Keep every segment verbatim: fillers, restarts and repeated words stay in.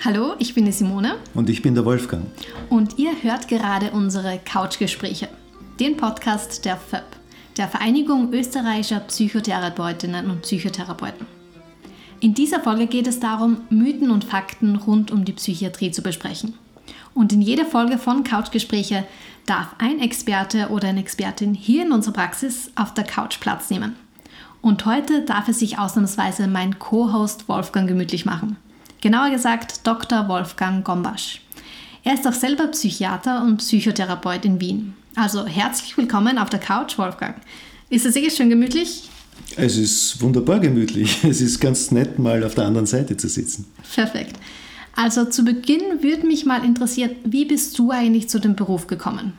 Hallo, ich bin die Simone. Und ich bin der Wolfgang. Und ihr hört gerade unsere Couchgespräche, den Podcast der F Ö P, der Vereinigung österreichischer Psychotherapeutinnen und Psychotherapeuten. In dieser Folge geht es darum, Mythen und Fakten rund um die Psychiatrie zu besprechen. Und in jeder Folge von Couchgespräche darf ein Experte oder eine Expertin hier in unserer Praxis auf der Couch Platz nehmen. Und heute darf es sich ausnahmsweise mein Co-Host Wolfgang gemütlich machen. Genauer gesagt Doktor Wolfgang Gombasch. Er ist auch selber Psychiater und Psychotherapeut in Wien. Also herzlich willkommen auf der Couch, Wolfgang. Ist es sicher schön gemütlich? Es ist wunderbar gemütlich. Es ist ganz nett, mal auf der anderen Seite zu sitzen. Perfekt. Also zu Beginn würde mich mal interessieren, wie bist du eigentlich zu dem Beruf gekommen?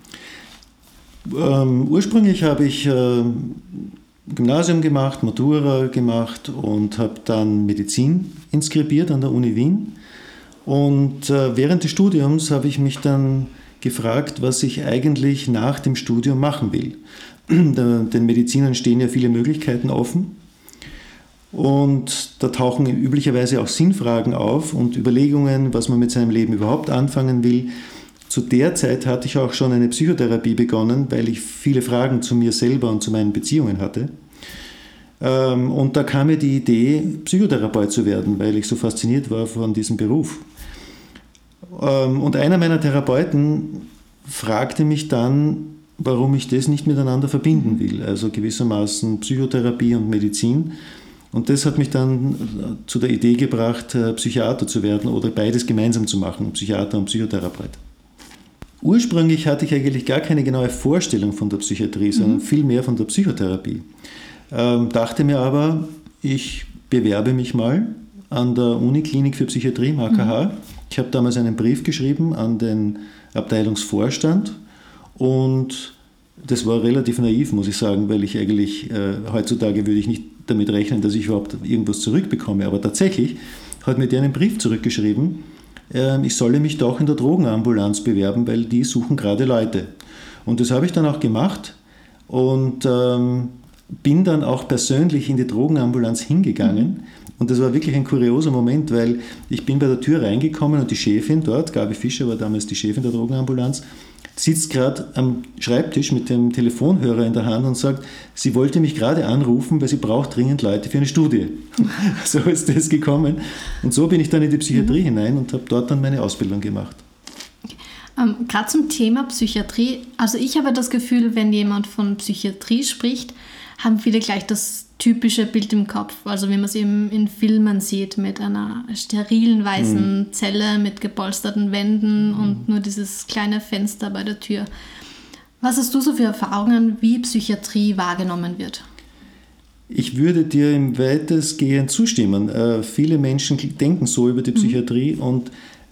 Ähm, ursprünglich habe ich äh, Gymnasium gemacht, Matura gemacht und habe dann Medizin inskribiert an der Uni Wien. Und äh, während des Studiums habe ich mich dann gefragt, was ich eigentlich nach dem Studium machen will. Den Medizinern stehen ja viele Möglichkeiten offen. Und da tauchen üblicherweise auch Sinnfragen auf und Überlegungen, was man mit seinem Leben überhaupt anfangen will. Zu der Zeit hatte ich auch schon eine Psychotherapie begonnen, weil ich viele Fragen zu mir selber und zu meinen Beziehungen hatte. Und da kam mir die Idee, Psychotherapeut zu werden, weil ich so fasziniert war von diesem Beruf. Und einer meiner Therapeuten fragte mich dann, warum ich das nicht miteinander verbinden will, also gewissermaßen Psychotherapie und Medizin. Und das hat mich dann zu der Idee gebracht, Psychiater zu werden oder beides gemeinsam zu machen, Psychiater und Psychotherapeut. Ursprünglich hatte ich eigentlich gar keine genaue Vorstellung von der Psychiatrie, sondern mhm. viel mehr von der Psychotherapie. Ähm, dachte mir aber, ich bewerbe mich mal an der Uniklinik für Psychiatrie im A K H. Mhm. Ich habe damals einen Brief geschrieben an den Abteilungsvorstand und das war relativ naiv, muss ich sagen, weil ich eigentlich, äh, heutzutage würde ich nicht damit rechnen, dass ich überhaupt irgendwas zurückbekomme. Aber tatsächlich hat mir der einen Brief zurückgeschrieben, äh, ich solle mich doch in der Drogenambulanz bewerben, weil die suchen gerade Leute. Und das habe ich dann auch gemacht und ähm, bin dann auch persönlich in die Drogenambulanz hingegangen. Und das war wirklich ein kurioser Moment, weil ich bin bei der Tür reingekommen und die Chefin dort, Gabi Fischer war damals die Chefin der Drogenambulanz, sitzt gerade am Schreibtisch mit dem Telefonhörer in der Hand und sagt, sie wollte mich gerade anrufen, weil sie braucht dringend Leute für eine Studie. So ist das gekommen. Und so bin ich dann in die Psychiatrie mhm. hinein und habe dort dann meine Ausbildung gemacht. Ähm, gerade zum Thema Psychiatrie, also ich habe das Gefühl, wenn jemand von Psychiatrie spricht, haben viele gleich das typische Bild im Kopf, also wie man es eben in Filmen sieht, mit einer sterilen weißen mhm. Zelle, mit gepolsterten Wänden mhm. und nur dieses kleine Fenster bei der Tür. Was hast du so für Erfahrungen, wie Psychiatrie wahrgenommen wird? Ich würde dir im weitestgehend zustimmen. Äh, viele Menschen denken so über die Psychiatrie mhm. und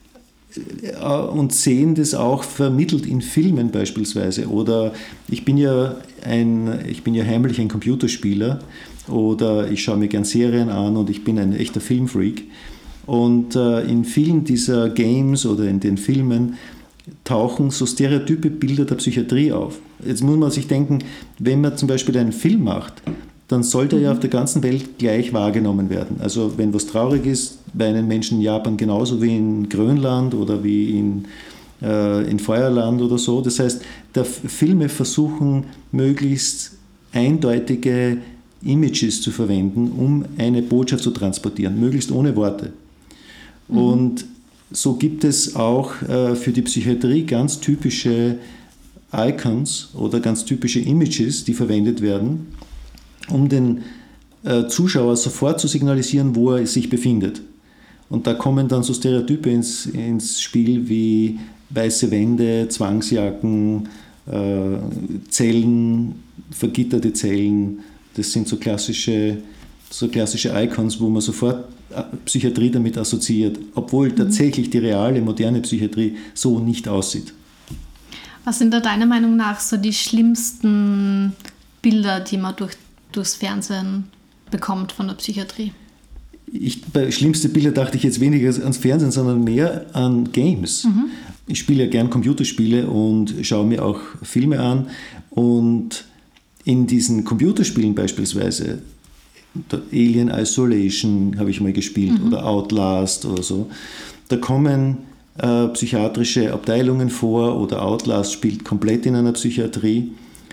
und sehen das auch vermittelt in Filmen beispielsweise. Oder ich bin ja, ein, ich bin ja heimlich ein Computerspieler oder ich schaue mir gern Serien an und ich bin ein echter Filmfreak. Und äh, in vielen dieser Games oder in den Filmen tauchen so stereotype Bilder der Psychiatrie auf. Jetzt muss man sich denken, wenn man zum Beispiel einen Film macht, dann sollte er ja auf der ganzen Welt gleich wahrgenommen werden. Also wenn was traurig ist, weinen Menschen in Japan genauso wie in Grönland oder wie in, äh, in Feuerland oder so. Das heißt, der Filme versuchen möglichst eindeutige Images zu verwenden, um eine Botschaft zu transportieren, möglichst ohne Worte. Mhm. Und so gibt es auch äh, für die Psychiatrie ganz typische Icons oder ganz typische Images, die verwendet werden, um den äh, Zuschauer sofort zu signalisieren, wo er sich befindet. Und da kommen dann so Stereotype ins, ins Spiel wie weiße Wände, Zwangsjacken, äh, Zellen, vergitterte Zellen. Das sind so klassische, so klassische Icons, wo man sofort Psychiatrie damit assoziiert, obwohl mhm. tatsächlich die reale, moderne Psychiatrie so nicht aussieht. Was sind da deiner Meinung nach so die schlimmsten Bilder, die man durch durchs Fernsehen bekommt von der Psychiatrie? Ich, bei schlimmste Bilder dachte ich jetzt weniger ans Fernsehen, sondern mehr an Games. Mhm. Ich spiele ja gern Computerspiele und schaue mir auch Filme an. Und in diesen Computerspielen beispielsweise, Alien Isolation habe ich mal gespielt mhm. oder Outlast oder so, da kommen äh, psychiatrische Abteilungen vor oder Outlast spielt komplett in einer Psychiatrie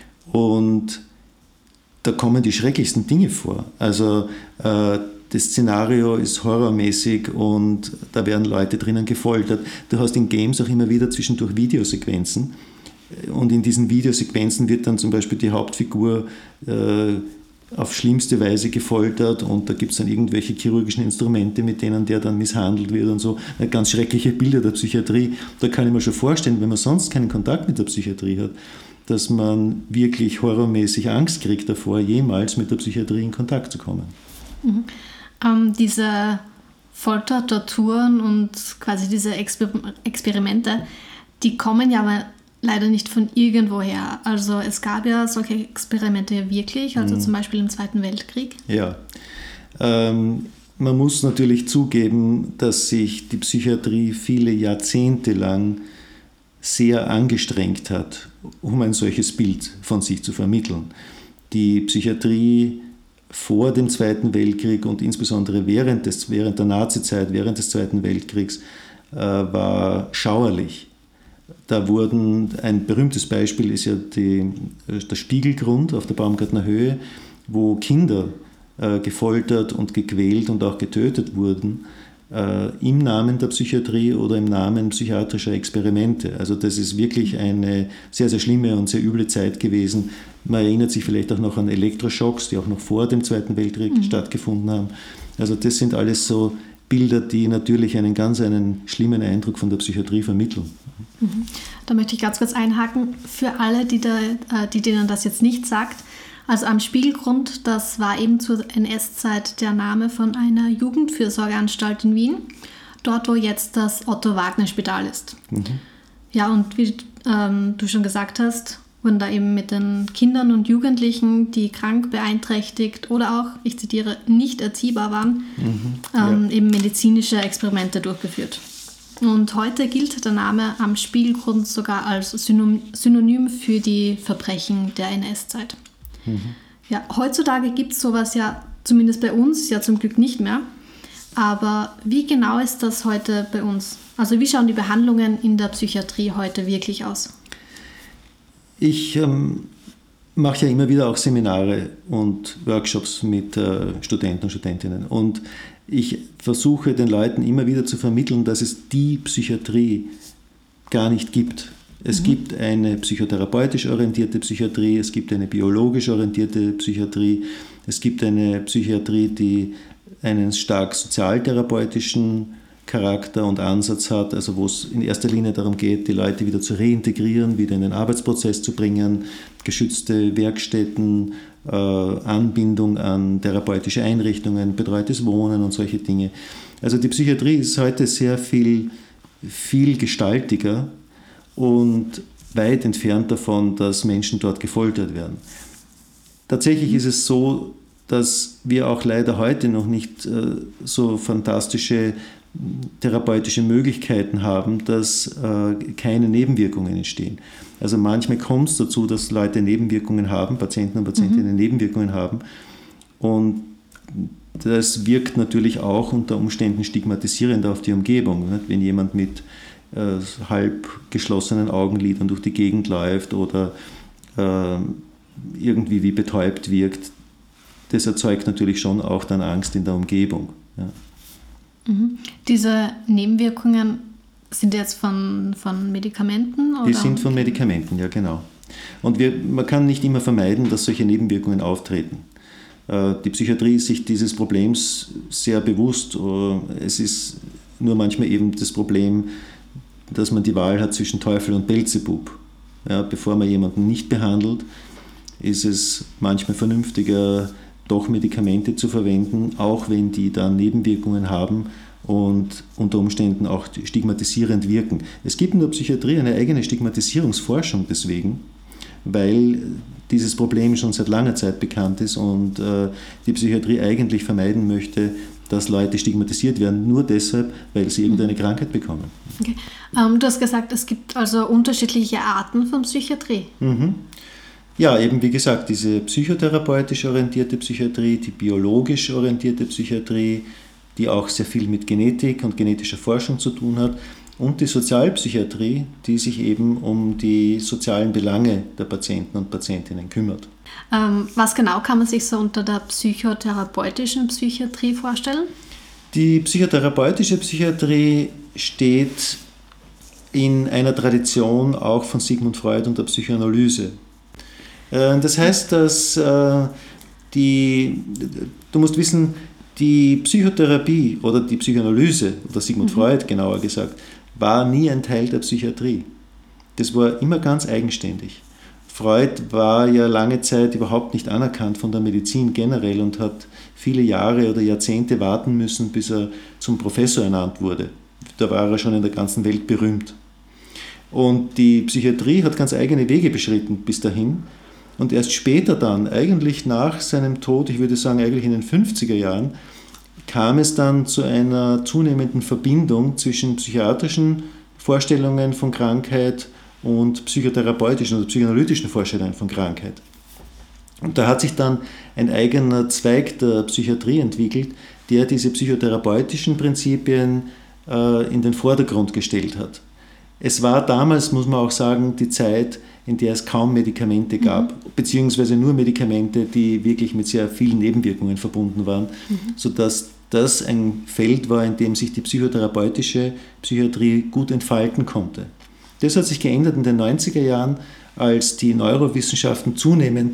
und da kommen die schrecklichsten Dinge vor. Also äh, das Szenario ist horrormäßig und da werden Leute drinnen gefoltert. Du hast in Games auch immer wieder zwischendurch Videosequenzen und in diesen Videosequenzen wird dann zum Beispiel die Hauptfigur äh, auf schlimmste Weise gefoltert und da gibt es dann irgendwelche chirurgischen Instrumente, mit denen der dann misshandelt wird und so. Ganz schreckliche Bilder der Psychiatrie. Da kann ich mir schon vorstellen, wenn man sonst keinen Kontakt mit der Psychiatrie hat, dass man wirklich horrormäßig Angst kriegt davor, jemals mit der Psychiatrie in Kontakt zu kommen. Mhm. Ähm, diese Folter, Torturen und quasi diese Exper- Experimente, die kommen ja aber leider nicht von irgendwoher. Also es gab ja solche Experimente wirklich, also mhm. zum Beispiel im Zweiten Weltkrieg. Ja, ähm, man muss natürlich zugeben, dass sich die Psychiatrie viele Jahrzehnte lang sehr angestrengt hat, um ein solches Bild von sich zu vermitteln. Die Psychiatrie vor dem Zweiten Weltkrieg und insbesondere während, des, während der Nazizeit, während des Zweiten Weltkriegs äh, war schauerlich. Da wurden, ein berühmtes Beispiel ist ja die, der Spiegelgrund auf der Baumgartner Höhe, wo Kinder äh, gefoltert und gequält und auch getötet wurden, im Namen der Psychiatrie oder im Namen psychiatrischer Experimente. Also das ist wirklich eine sehr, sehr schlimme und sehr üble Zeit gewesen. Man erinnert sich vielleicht auch noch an Elektroschocks, die auch noch vor dem Zweiten Weltkrieg mhm. stattgefunden haben. Also das sind alles so Bilder, die natürlich einen ganz einen schlimmen Eindruck von der Psychiatrie vermitteln. Mhm. Da möchte ich ganz kurz einhaken. Für alle, die, da, die denen das jetzt nicht sagt, also am Spiegelgrund, das war eben zur N S-Zeit der Name von einer Jugendfürsorgeanstalt in Wien, dort wo jetzt das Otto-Wagner-Spital ist. Mhm. Ja, und wie ähm, du schon gesagt hast, wurden da eben mit den Kindern und Jugendlichen, die krank, beeinträchtigt oder auch, ich zitiere, nicht erziehbar waren, mhm. ähm, ja. eben medizinische Experimente durchgeführt. Und heute gilt der Name am Spiegelgrund sogar als Synonym für die Verbrechen der N S-Zeit. Mhm. Ja, heutzutage gibt es sowas ja, zumindest bei uns, ja zum Glück nicht mehr. Aber wie genau ist das heute bei uns? Also wie schauen die Behandlungen in der Psychiatrie heute wirklich aus? Ich ähm, mache ja immer wieder auch Seminare und Workshops mit äh, Studenten und Studentinnen. Und ich versuche den Leuten immer wieder zu vermitteln, dass es die Psychiatrie gar nicht gibt. Es mhm. gibt eine psychotherapeutisch orientierte Psychiatrie, es gibt eine biologisch orientierte Psychiatrie, es gibt eine Psychiatrie, die einen stark sozialtherapeutischen Charakter und Ansatz hat, also wo es in erster Linie darum geht, die Leute wieder zu reintegrieren, wieder in den Arbeitsprozess zu bringen, geschützte Werkstätten, äh, Anbindung an therapeutische Einrichtungen, betreutes Wohnen und solche Dinge. Also die Psychiatrie ist heute sehr viel, viel gestaltiger und weit entfernt davon, dass Menschen dort gefoltert werden. Tatsächlich ist es so, dass wir auch leider heute noch nicht äh, so fantastische therapeutische Möglichkeiten haben, dass äh, keine Nebenwirkungen entstehen. Also manchmal kommt es dazu, dass Leute Nebenwirkungen haben, Patienten und Patientinnen mhm. Nebenwirkungen haben und das wirkt natürlich auch unter Umständen stigmatisierend auf die Umgebung. Nicht? Wenn jemand mit äh, halb geschlossenen Augenlidern durch die Gegend läuft oder äh, irgendwie wie betäubt wirkt, das erzeugt natürlich schon auch dann Angst in der Umgebung. Ja. Mhm. Diese Nebenwirkungen sind jetzt von, von Medikamenten? Oder? Die sind von Medikamenten, ja genau. Und wir, man kann nicht immer vermeiden, dass solche Nebenwirkungen auftreten. Die Psychiatrie ist sich dieses Problems sehr bewusst. Es ist nur manchmal eben das Problem, dass man die Wahl hat zwischen Teufel und Beelzebub. Ja, bevor man jemanden nicht behandelt, ist es manchmal vernünftiger, doch Medikamente zu verwenden, auch wenn die dann Nebenwirkungen haben und unter Umständen auch stigmatisierend wirken. Es gibt in der Psychiatrie eine eigene Stigmatisierungsforschung deswegen, weil dieses Problem schon seit langer Zeit bekannt ist und äh, die Psychiatrie eigentlich vermeiden möchte, dass Leute stigmatisiert werden, nur deshalb, weil sie irgendeine Krankheit bekommen. Okay. Ähm, du hast gesagt, es gibt also unterschiedliche Arten von Psychiatrie. Mhm. Ja, eben wie gesagt, diese psychotherapeutisch orientierte Psychiatrie, die biologisch orientierte Psychiatrie, die auch sehr viel mit Genetik und genetischer Forschung zu tun hat, und die Sozialpsychiatrie, die sich eben um die sozialen Belange der Patienten und Patientinnen kümmert. Ähm, was genau kann man sich so unter der psychotherapeutischen Psychiatrie vorstellen? Die psychotherapeutische Psychiatrie steht in einer Tradition auch von Sigmund Freud und der Psychoanalyse. Das heißt, dass die, du musst wissen, die Psychotherapie oder die Psychoanalyse, oder Sigmund mhm. Freud genauer gesagt, war nie ein Teil der Psychiatrie. Das war immer ganz eigenständig. Freud war ja lange Zeit überhaupt nicht anerkannt von der Medizin generell und hat viele Jahre oder Jahrzehnte warten müssen, bis er zum Professor ernannt wurde. Da war er schon in der ganzen Welt berühmt. Und die Psychiatrie hat ganz eigene Wege beschritten bis dahin. Und erst später dann, eigentlich nach seinem Tod, ich würde sagen eigentlich in den fünfziger Jahren, kam es dann zu einer zunehmenden Verbindung zwischen psychiatrischen Vorstellungen von Krankheit und psychotherapeutischen oder psychoanalytischen Vorstellungen von Krankheit. Und da hat sich dann ein eigener Zweig der Psychiatrie entwickelt, der diese psychotherapeutischen Prinzipien äh, in den Vordergrund gestellt hat. Es war damals, muss man auch sagen, die Zeit, in der es kaum Medikamente gab, mhm. beziehungsweise nur Medikamente, die wirklich mit sehr vielen Nebenwirkungen verbunden waren, mhm. sodass das ein Feld war, in dem sich die psychotherapeutische Psychiatrie gut entfalten konnte. Das hat sich geändert in den neunziger Jahren, als die Neurowissenschaften zunehmend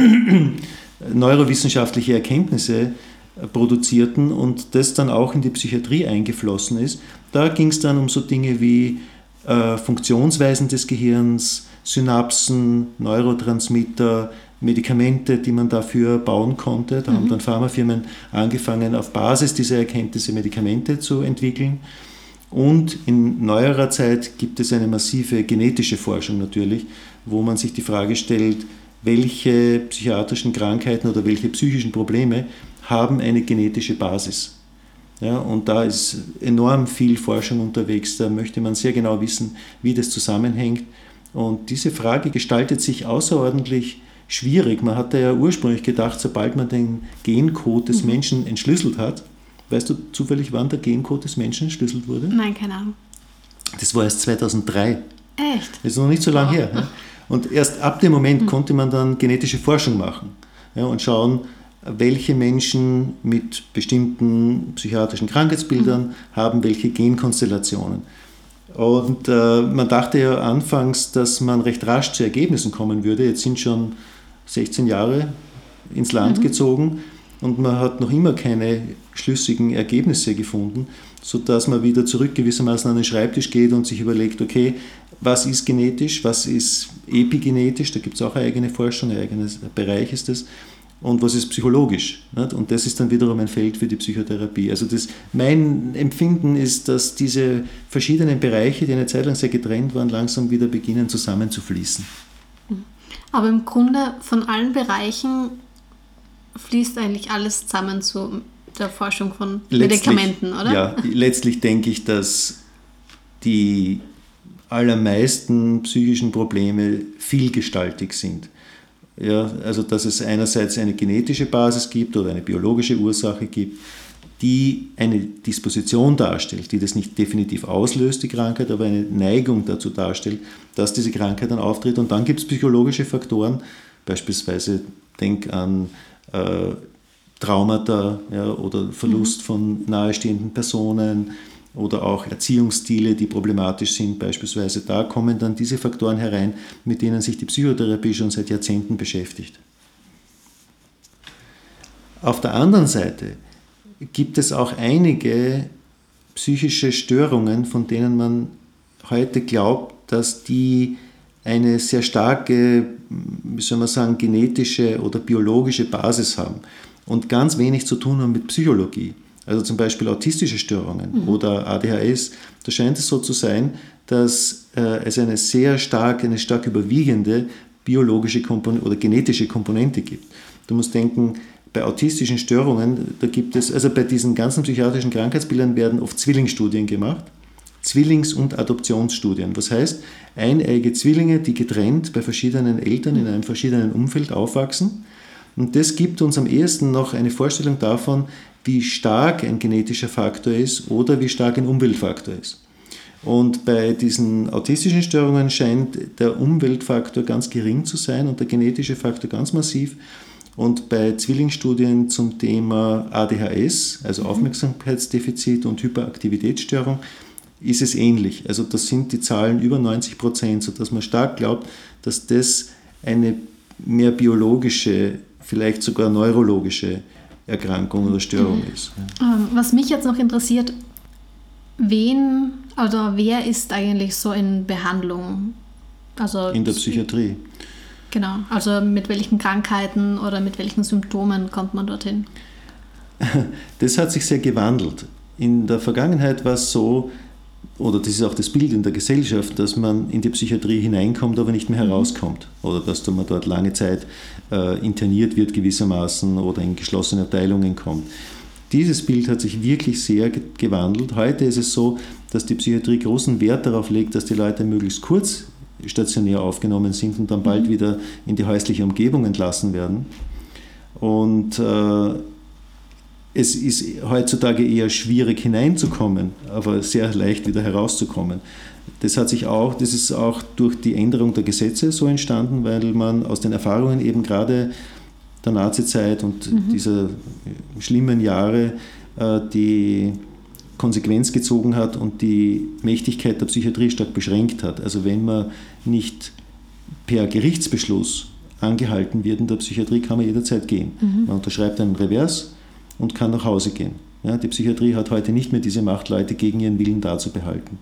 neurowissenschaftliche Erkenntnisse produzierten und das dann auch in die Psychiatrie eingeflossen ist. Da ging es dann um so Dinge wie äh, Funktionsweisen des Gehirns, Synapsen, Neurotransmitter, Medikamente, die man dafür bauen konnte. Da mhm. haben dann Pharmafirmen angefangen, auf Basis dieser Erkenntnisse Medikamente zu entwickeln. Und in neuerer Zeit gibt es eine massive genetische Forschung natürlich, wo man sich die Frage stellt, welche psychiatrischen Krankheiten oder welche psychischen Probleme haben eine genetische Basis. Ja, und da ist enorm viel Forschung unterwegs, da möchte man sehr genau wissen, wie das zusammenhängt. Und diese Frage gestaltet sich außerordentlich schwierig. Man hatte ja ursprünglich gedacht, sobald man den Gencode des mhm. Menschen entschlüsselt hat, weißt du zufällig, wann der Gencode des Menschen entschlüsselt wurde? Nein, keine Ahnung. Das war erst zweitausenddrei. Echt? Das ist noch nicht so lange her. Ne? Und erst ab dem Moment mhm. konnte man dann genetische Forschung machen, ja, und schauen, welche Menschen mit bestimmten psychiatrischen Krankheitsbildern mhm. haben welche Genkonstellationen. Und äh, man dachte ja anfangs, dass man recht rasch zu Ergebnissen kommen würde. Jetzt sind schon sechzehn Jahre ins Land mhm. gezogen und man hat noch immer keine schlüssigen Ergebnisse gefunden, sodass man wieder zurück gewissermaßen an den Schreibtisch geht und sich überlegt, okay, was ist genetisch, was ist epigenetisch, da gibt es auch eine eigene Forschung, ein eigenes Bereich ist das, und was ist psychologisch. Nicht? Und das ist dann wiederum ein Feld für die Psychotherapie. Also das, mein Empfinden ist, dass diese verschiedenen Bereiche, die eine Zeit lang sehr getrennt waren, langsam wieder beginnen zusammenzufließen. Aber im Grunde von allen Bereichen fließt eigentlich alles zusammen zu der Forschung von letztlich, Medikamenten, oder? Ja, letztlich denke ich, dass die allermeisten psychischen Probleme vielgestaltig sind. Ja, also dass es einerseits eine genetische Basis gibt oder eine biologische Ursache gibt, die eine Disposition darstellt, die das nicht definitiv auslöst, die Krankheit, aber eine Neigung dazu darstellt, dass diese Krankheit dann auftritt. Und dann gibt es psychologische Faktoren, beispielsweise denk an äh, Traumata, ja, oder Verlust mhm. von nahestehenden Personen oder auch Erziehungsstile, die problematisch sind beispielsweise. Da kommen dann diese Faktoren herein, mit denen sich die Psychotherapie schon seit Jahrzehnten beschäftigt. Auf der anderen Seite gibt es auch einige psychische Störungen, von denen man heute glaubt, dass die eine sehr starke, wie soll man sagen, genetische oder biologische Basis haben und ganz wenig zu tun haben mit Psychologie. Also zum Beispiel autistische Störungen mhm. oder A D H S, da scheint es so zu sein, dass äh, es eine sehr stark, eine stark überwiegende biologische Komponente oder genetische Komponente gibt. Du musst denken, bei autistischen Störungen, da gibt es, also bei diesen ganzen psychiatrischen Krankheitsbildern werden oft Zwillingsstudien gemacht, Zwillings- und Adoptionsstudien. Was heißt, eineige Zwillinge, die getrennt bei verschiedenen Eltern in einem verschiedenen Umfeld aufwachsen. Und das gibt uns am ehesten noch eine Vorstellung davon, wie stark ein genetischer Faktor ist oder wie stark ein Umweltfaktor ist. Und bei diesen autistischen Störungen scheint der Umweltfaktor ganz gering zu sein und der genetische Faktor ganz massiv. Und bei Zwillingsstudien zum Thema A D H S, also Aufmerksamkeitsdefizit und Hyperaktivitätsstörung, ist es ähnlich. Also das sind die Zahlen über neunzig Prozent, sodass man stark glaubt, dass das eine mehr biologische, vielleicht sogar neurologische Erkrankung oder Störung ist. Was mich jetzt noch interessiert, wen oder wer ist eigentlich so in Behandlung? Also in der Psychiatrie. Genau, also mit welchen Krankheiten oder mit welchen Symptomen kommt man dorthin? Das hat sich sehr gewandelt. In der Vergangenheit war es so, oder das ist auch das Bild in der Gesellschaft, dass man in die Psychiatrie hineinkommt, aber nicht mehr herauskommt. Oder dass man dort lange Zeit äh, interniert wird gewissermaßen oder in geschlossene Abteilungen kommt. Dieses Bild hat sich wirklich sehr gewandelt. Heute ist es so, dass die Psychiatrie großen Wert darauf legt, dass die Leute möglichst kurz stationär aufgenommen sind und dann bald wieder in die häusliche Umgebung entlassen werden. Und äh, es ist heutzutage eher schwierig hineinzukommen, aber sehr leicht wieder herauszukommen. Das hat sich auch, das ist auch durch die Änderung der Gesetze so entstanden, weil man aus den Erfahrungen eben gerade der Nazizeit und mhm. dieser schlimmen Jahre äh, die Konsequenz gezogen hat und die Mächtigkeit der Psychiatrie stark beschränkt hat. Also wenn man nicht per Gerichtsbeschluss angehalten wird in der Psychiatrie, kann man jederzeit gehen. Mhm. Man unterschreibt einen Revers und kann nach Hause gehen. Ja, die Psychiatrie hat heute nicht mehr diese Macht, Leute gegen ihren Willen da zu behalten.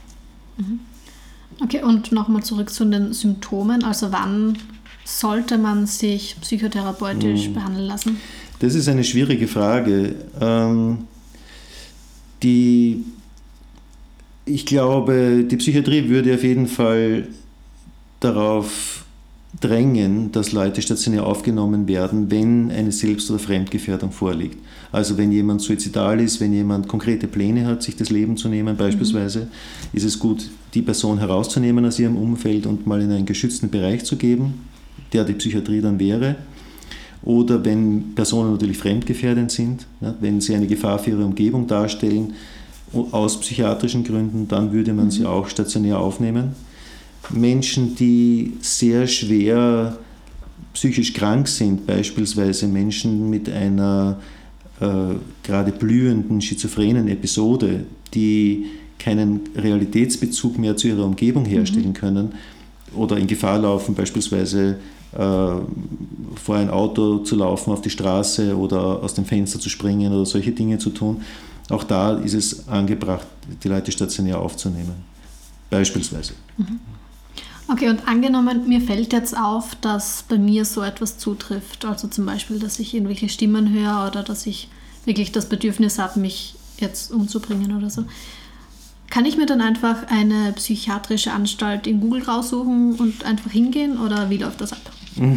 Okay, und nochmal zurück zu den Symptomen. Also wann sollte man sich psychotherapeutisch hm. behandeln lassen? Das ist eine schwierige Frage. Ähm, die, ich glaube, die Psychiatrie würde auf jeden Fall darauf drängen, dass Leute stationär aufgenommen werden, wenn eine Selbst- oder Fremdgefährdung vorliegt. Also wenn jemand suizidal ist, wenn jemand konkrete Pläne hat, sich das Leben zu nehmen beispielsweise, mhm. ist es gut, die Person herauszunehmen aus ihrem Umfeld und mal in einen geschützten Bereich zu geben, der die Psychiatrie dann wäre. Oder wenn Personen natürlich fremdgefährdend sind, ja, wenn sie eine Gefahr für ihre Umgebung darstellen, aus psychiatrischen Gründen, dann würde man mhm. sie auch stationär aufnehmen. Menschen, die sehr schwer psychisch krank sind, beispielsweise Menschen mit einer äh, gerade blühenden schizophrenen Episode, die keinen Realitätsbezug mehr zu ihrer Umgebung herstellen mhm. können oder in Gefahr laufen, beispielsweise äh, vor ein Auto zu laufen auf die Straße oder aus dem Fenster zu springen oder solche Dinge zu tun. Auch da ist es angebracht, die Leute stationär aufzunehmen, beispielsweise. Mhm. Okay, und angenommen, mir fällt jetzt auf, dass bei mir so etwas zutrifft, also zum Beispiel, dass ich irgendwelche Stimmen höre oder dass ich wirklich das Bedürfnis habe, mich jetzt umzubringen oder so. Kann ich mir dann einfach eine psychiatrische Anstalt in Google raussuchen und einfach hingehen oder wie läuft das ab?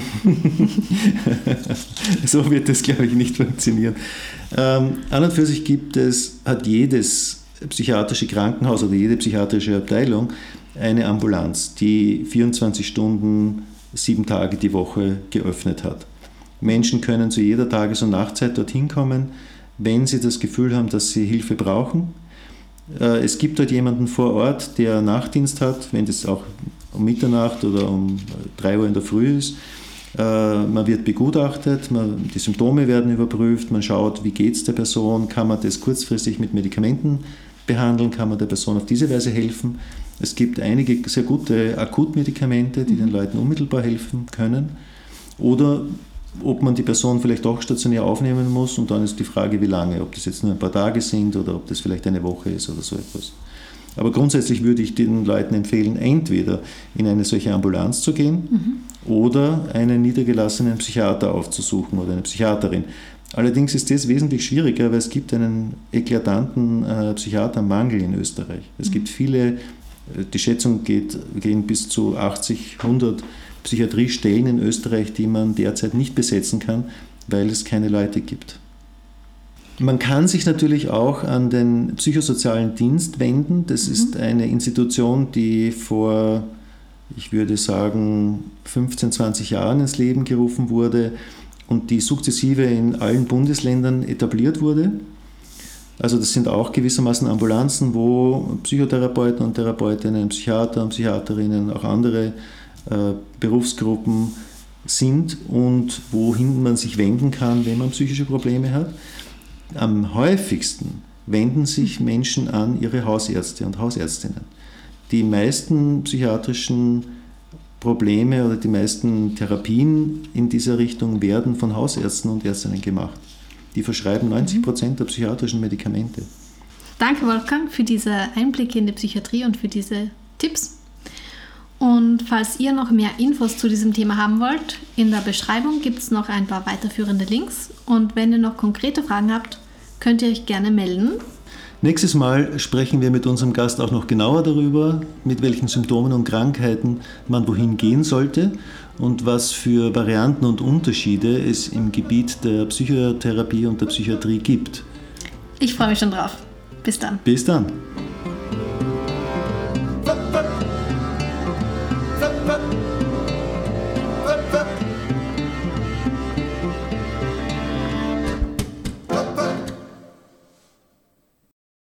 So wird das, glaube ich, nicht funktionieren. Ähm, an und für sich gibt es, hat jedes psychiatrische Krankenhaus oder jede psychiatrische Abteilung eine Ambulanz, die vierundzwanzig Stunden, sieben Tage die Woche geöffnet hat. Menschen können zu jeder Tages- und Nachtzeit dorthin kommen, wenn sie das Gefühl haben, dass sie Hilfe brauchen. Es gibt dort jemanden vor Ort, der Nachtdienst hat, wenn das auch um Mitternacht oder um drei Uhr in der Früh ist. Man wird begutachtet, man, die Symptome werden überprüft, man schaut, wie geht es der Person, kann man das kurzfristig mit Medikamenten behandeln, kann man der Person auf diese Weise helfen. Es gibt einige sehr gute Akutmedikamente, die den Leuten unmittelbar helfen können. Oder ob man die Person vielleicht auch stationär aufnehmen muss und dann ist die Frage, wie lange, ob das jetzt nur ein paar Tage sind oder ob das vielleicht eine Woche ist oder so etwas. Aber grundsätzlich würde ich den Leuten empfehlen, entweder in eine solche Ambulanz zu gehen mhm. oder einen niedergelassenen Psychiater aufzusuchen oder eine Psychiaterin. Allerdings ist das wesentlich schwieriger, weil es gibt einen eklatanten äh, Psychiatermangel in Österreich. Es mhm. gibt viele, die Schätzung geht, gehen bis zu achtzig, hundert Psychiatriestellen in Österreich, die man derzeit nicht besetzen kann, weil es keine Leute gibt. Man kann sich natürlich auch an den psychosozialen Dienst wenden. Das mhm. ist eine Institution, die vor, ich würde sagen, fünfzehn, zwanzig Jahren ins Leben gerufen wurde, und die sukzessive in allen Bundesländern etabliert wurde. Also das sind auch gewissermaßen Ambulanzen, wo Psychotherapeuten und Therapeutinnen, Psychiater und Psychiaterinnen, auch andere äh, Berufsgruppen sind und wohin man sich wenden kann, wenn man psychische Probleme hat. Am häufigsten wenden sich Menschen an ihre Hausärzte und Hausärztinnen. Die meisten psychiatrischen Probleme oder die meisten Therapien in dieser Richtung werden von Hausärzten und Ärztinnen gemacht. Die verschreiben neunzig Prozent der psychiatrischen Medikamente. Danke, Wolfgang, für diese Einblicke in die Psychiatrie und für diese Tipps. Und falls ihr noch mehr Infos zu diesem Thema haben wollt, in der Beschreibung gibt es noch ein paar weiterführende Links. Und wenn ihr noch konkrete Fragen habt, könnt ihr euch gerne melden. Nächstes Mal sprechen wir mit unserem Gast auch noch genauer darüber, mit welchen Symptomen und Krankheiten man wohin gehen sollte und was für Varianten und Unterschiede es im Gebiet der Psychotherapie und der Psychiatrie gibt. Ich freue mich schon drauf. Bis dann. Bis dann.